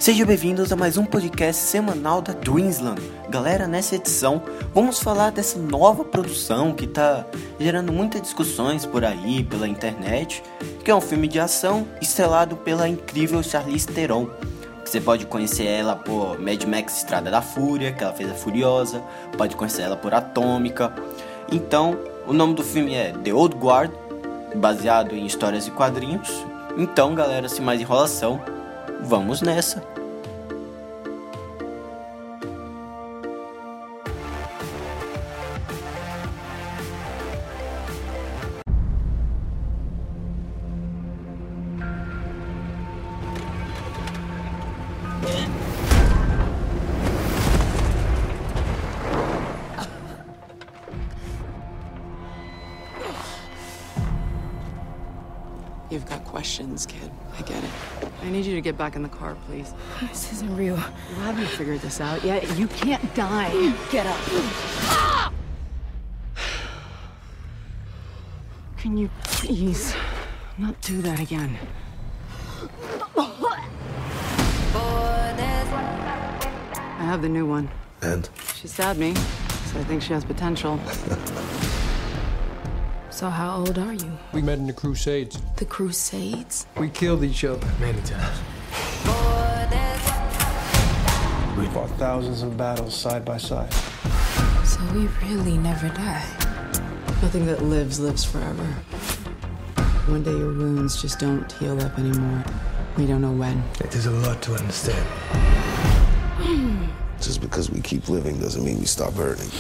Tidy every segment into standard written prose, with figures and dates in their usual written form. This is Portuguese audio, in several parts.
Sejam bem-vindos a mais um podcast semanal da Dreamsland. Galera, nessa edição vamos falar dessa nova produção que está gerando muitas discussões por aí, pela internet, que é um filme de ação estrelado pela incrível Charlize Theron. Você pode conhecer ela por Mad Max Estrada da Fúria, que ela fez a Furiosa, pode conhecer ela por Atômica. Então, o nome do filme é The Old Guard, baseado em histórias e quadrinhos. Então, galera, sem mais enrolação, vamos nessa! You've got questions, kid. I get it. I need you to get back in the car, please. This isn't real. You haven't figured this out yet. You can't die. Get up. Can you please not do that again? I have the new one. And? She stabbed me, so I think she has potential. So how old are you? We met in the Crusades. The Crusades? We killed each other many times. We fought thousands of battles side by side. So we really never die. Nothing that lives forever. One day your wounds just don't heal up anymore. We don't know when. It is a lot to understand. Just because we keep living doesn't mean we stop hurting.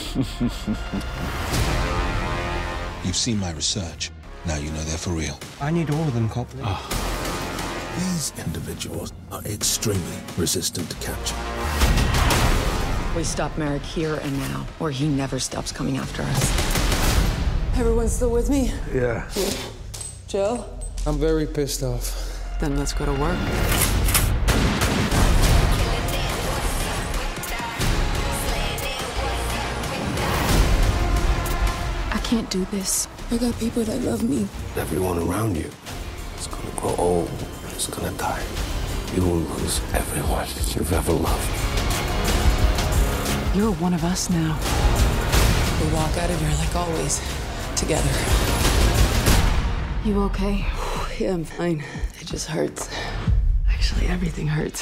You've seen my research. Now you know they're for real. I need all of them, Copley. These individuals are extremely resistant to capture. We stop Merrick here and now, or he never stops coming after us. Everyone still with me? Yeah. Jill? I'm very pissed off. Then let's go to work. I can't do this. I got people that love me. Everyone around you is gonna grow old, is gonna die. You will lose everyone you've ever loved. You're one of us now. We walk out of here like always, together. You okay? Yeah, I'm fine. It just hurts. Actually, everything hurts.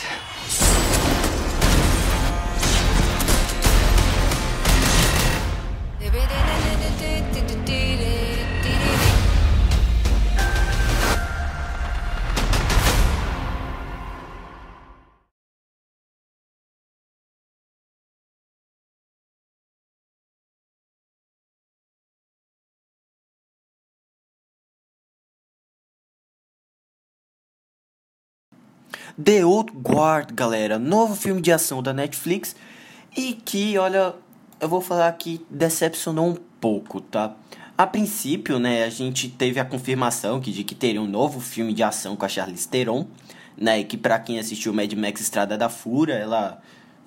The Old Guard, galera, novo filme de ação da Netflix e que, olha, eu vou falar que decepcionou um pouco, tá? A princípio, né, a gente teve a confirmação de que teria um novo filme de ação com a Charlize Theron, né, e que pra quem assistiu Mad Max Estrada da Fúria, ela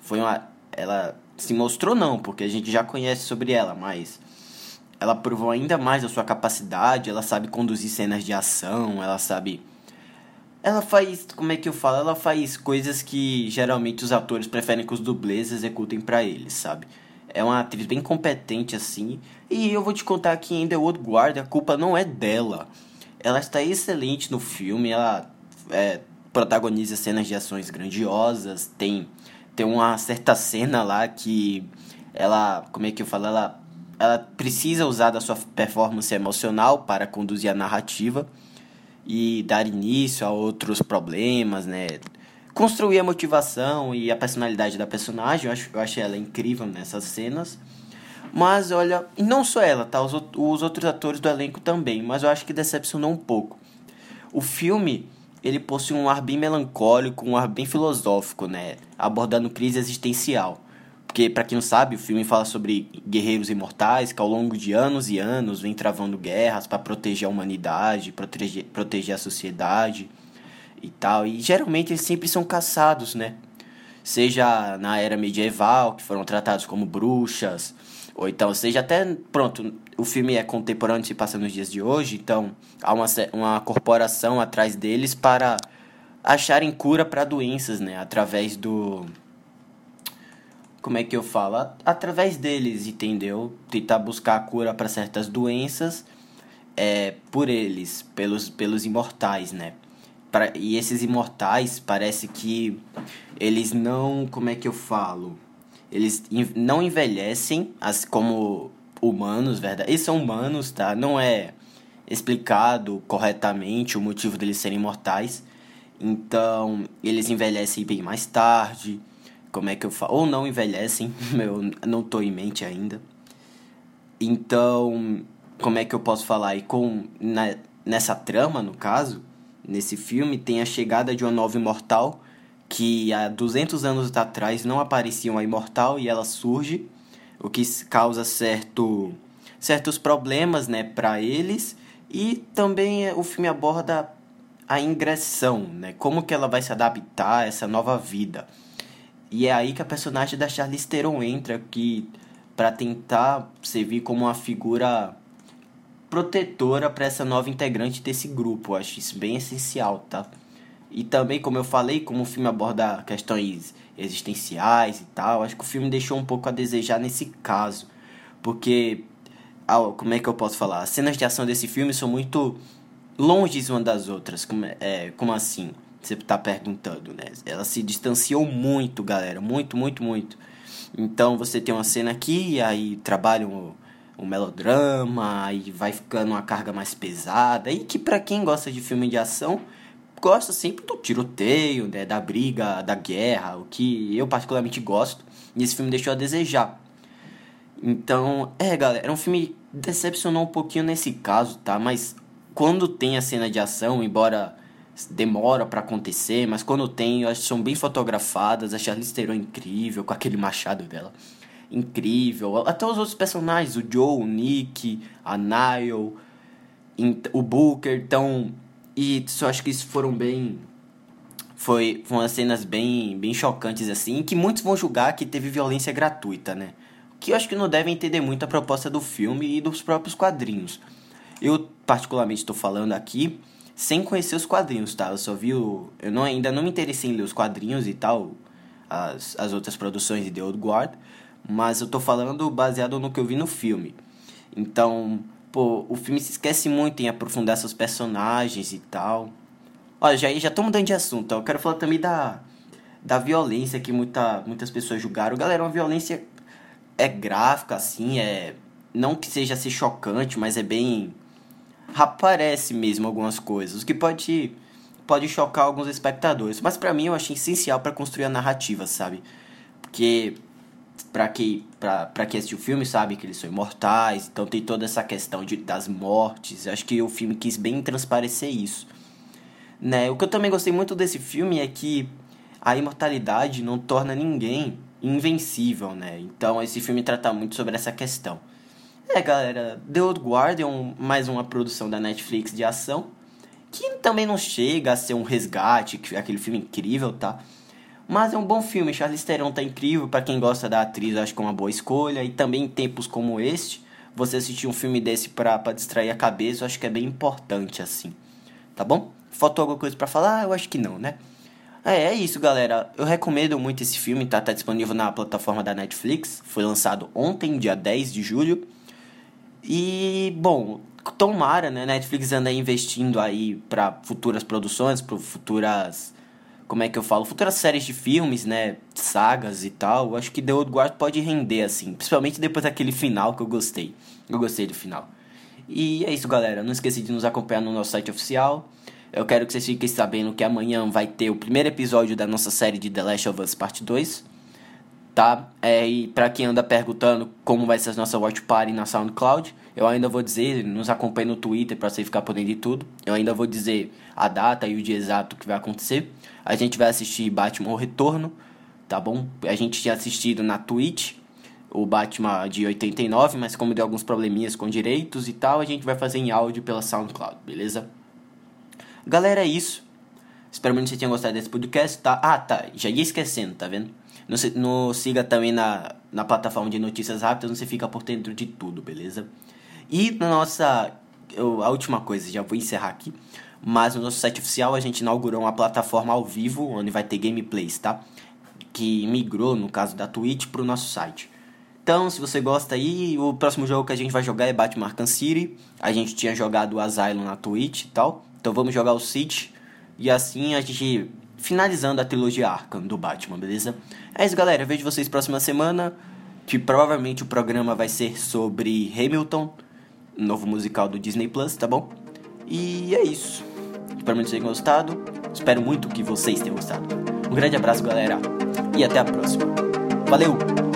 se mostrou não, porque a gente já conhece sobre ela, mas ela provou ainda mais a sua capacidade, ela sabe conduzir cenas de ação, ela faz, como é que eu falo? Ela faz coisas que geralmente os atores preferem que os dublês executem pra eles, sabe? É uma atriz bem competente assim. E eu vou te contar que em The Old Guard a culpa não é dela. Ela está excelente no filme, ela protagoniza cenas de ações grandiosas. Tem uma certa cena lá que ela, como é que eu falo? Ela precisa usar da sua performance emocional para conduzir a narrativa e dar início a outros problemas, né? Construir a motivação e a personalidade da personagem. Eu achei ela incrível nessas cenas. Mas, olha, e não só ela, tá? Os outros atores do elenco também. Mas eu acho que decepcionou um pouco. O filme, ele possui um ar bem melancólico, um ar bem filosófico, né? Abordando crise existencial. Porque, pra quem não sabe, o filme fala sobre guerreiros imortais que ao longo de anos e anos vêm travando guerras para proteger a humanidade, proteger a sociedade e tal. E geralmente eles sempre são caçados, né? Seja na era medieval, que foram tratados como bruxas, ou então seja até, pronto, o filme é contemporâneo, se passa nos dias de hoje, então há uma corporação atrás deles para acharem cura para doenças, né? Através do... Como é que eu falo? Através deles, entendeu? Tentar buscar a cura para certas doenças por eles, pelos imortais, né? E esses imortais, parece que eles não... Como é que eu falo? Eles não envelhecem como humanos, verdade? Eles são humanos, tá? Não é explicado corretamente o motivo deles serem imortais. Então, eles envelhecem bem mais tarde. Como é que eu falo? Ou não envelhecem, eu não tô em mente ainda. Então, como é que eu posso falar? E nessa trama, no caso, nesse filme, tem a chegada de uma nova imortal, que há 200 anos atrás não aparecia uma imortal e ela surge, o que causa certos problemas, né, para eles. E também o filme aborda a ingressão, né, como que ela vai se adaptar a essa nova vida. E é aí que a personagem da Charlize Theron entra, para tentar servir como uma figura protetora para essa nova integrante desse grupo. Eu acho isso bem essencial, tá? E também, como eu falei, como o filme aborda questões existenciais e tal, acho que o filme deixou um pouco a desejar nesse caso. Porque, como é que eu posso falar? As cenas de ação desse filme são muito longe uma das outras. Como assim? Você tá perguntando, né? Ela se distanciou muito, galera. Muito, muito, muito. Então, você tem uma cena aqui, aí trabalham o melodrama, aí vai ficando uma carga mais pesada. E que pra quem gosta de filme de ação, gosta sempre do tiroteio, né? Da briga, da guerra. O que eu particularmente gosto. E esse filme deixou a desejar. Então, galera, é um filme que decepcionou um pouquinho nesse caso, tá? Mas quando tem a cena de ação, embora demora pra acontecer, mas quando tem, eu acho que são bem fotografadas. A Charlize Theron é incrível, com aquele machado dela, incrível. Até os outros personagens, o Joe, o Nick, a Nile, o Booker, então... E só acho que isso foram umas cenas bem chocantes, assim, que muitos vão julgar que teve violência gratuita, né? Que eu acho que não devem entender muito a proposta do filme e dos próprios quadrinhos. Eu, particularmente, estou falando aqui sem conhecer os quadrinhos, tá? Eu só vi ainda não me interessei em ler os quadrinhos e tal, as outras produções de The Old Guard, mas eu tô falando baseado no que eu vi no filme. Então, o filme se esquece muito em aprofundar seus personagens e tal. Olha, já tô mudando de assunto, eu quero falar também da violência que muitas pessoas julgaram. Galera, uma violência gráfica, assim, não que seja ser chocante, mas é bem... aparece mesmo algumas coisas, o que pode chocar alguns espectadores. Mas pra mim eu achei essencial pra construir a narrativa, sabe? Porque pra quem assistiu o filme sabe que eles são imortais, então tem toda essa questão das mortes. Eu acho que o filme quis bem transparecer isso, né? O que eu também gostei muito desse filme é que a imortalidade não torna ninguém invencível, né? Então esse filme trata muito sobre essa questão. Galera, The Old Guard é mais uma produção da Netflix de ação, que também não chega a ser um resgate, aquele filme incrível, tá? Mas é um bom filme. Charlize Theron tá incrível. Pra quem gosta da atriz, eu acho que é uma boa escolha. E também em tempos como este, você assistir um filme desse pra distrair a cabeça, eu acho que é bem importante, assim. Tá bom? Faltou alguma coisa pra falar? Eu acho que não, né? É isso, galera. Eu recomendo muito esse filme, tá? Tá disponível na plataforma da Netflix. Foi lançado ontem, dia 10 de julho. E, bom, tomara, né? Netflix anda investindo aí pra futuras produções, pra futuras... Como é que eu falo? Futuras séries de filmes, né? Sagas e tal. Eu acho que The Old Guard pode render, assim. Principalmente depois daquele final que eu gostei. Eu gostei do final. E é isso, galera. Não esqueça de nos acompanhar no nosso site oficial. Eu quero que vocês fiquem sabendo que amanhã vai ter o primeiro episódio da nossa série de The Last of Us Parte 2. Tá? E pra quem anda perguntando como vai ser a nossa Watch Party na SoundCloud, eu ainda vou dizer, nos acompanhe no Twitter pra você ficar por dentro de tudo. Eu ainda vou dizer a data e o dia exato que vai acontecer. A gente vai assistir Batman O Retorno, tá bom? A gente tinha assistido na Twitch o Batman de 89, mas como deu alguns probleminhas com direitos e tal, a gente vai fazer em áudio pela SoundCloud, beleza? Galera, é isso. Espero muito que você tenha gostado desse podcast, tá? Tá, já ia esquecendo, tá vendo? Nos siga também na plataforma de notícias rápidas, você fica por dentro de tudo, beleza? E a última coisa, já vou encerrar aqui. Mas no nosso site oficial a gente inaugurou uma plataforma ao vivo, onde vai ter gameplays, tá? Que migrou, no caso da Twitch, pro nosso site. Então, se você gosta aí, o próximo jogo que a gente vai jogar é Batman Arkham City. A gente tinha jogado o Asylum na Twitch e tal. Então vamos jogar o City. E assim a gente finalizando a trilogia Arkham do Batman, beleza? É isso, galera. Eu vejo vocês próxima semana. Que provavelmente o programa vai ser sobre Hamilton, novo musical do Disney Plus, tá bom? E é isso. Espero muito que vocês tenham gostado. Espero muito que vocês tenham gostado. Um grande abraço, galera. E até a próxima. Valeu!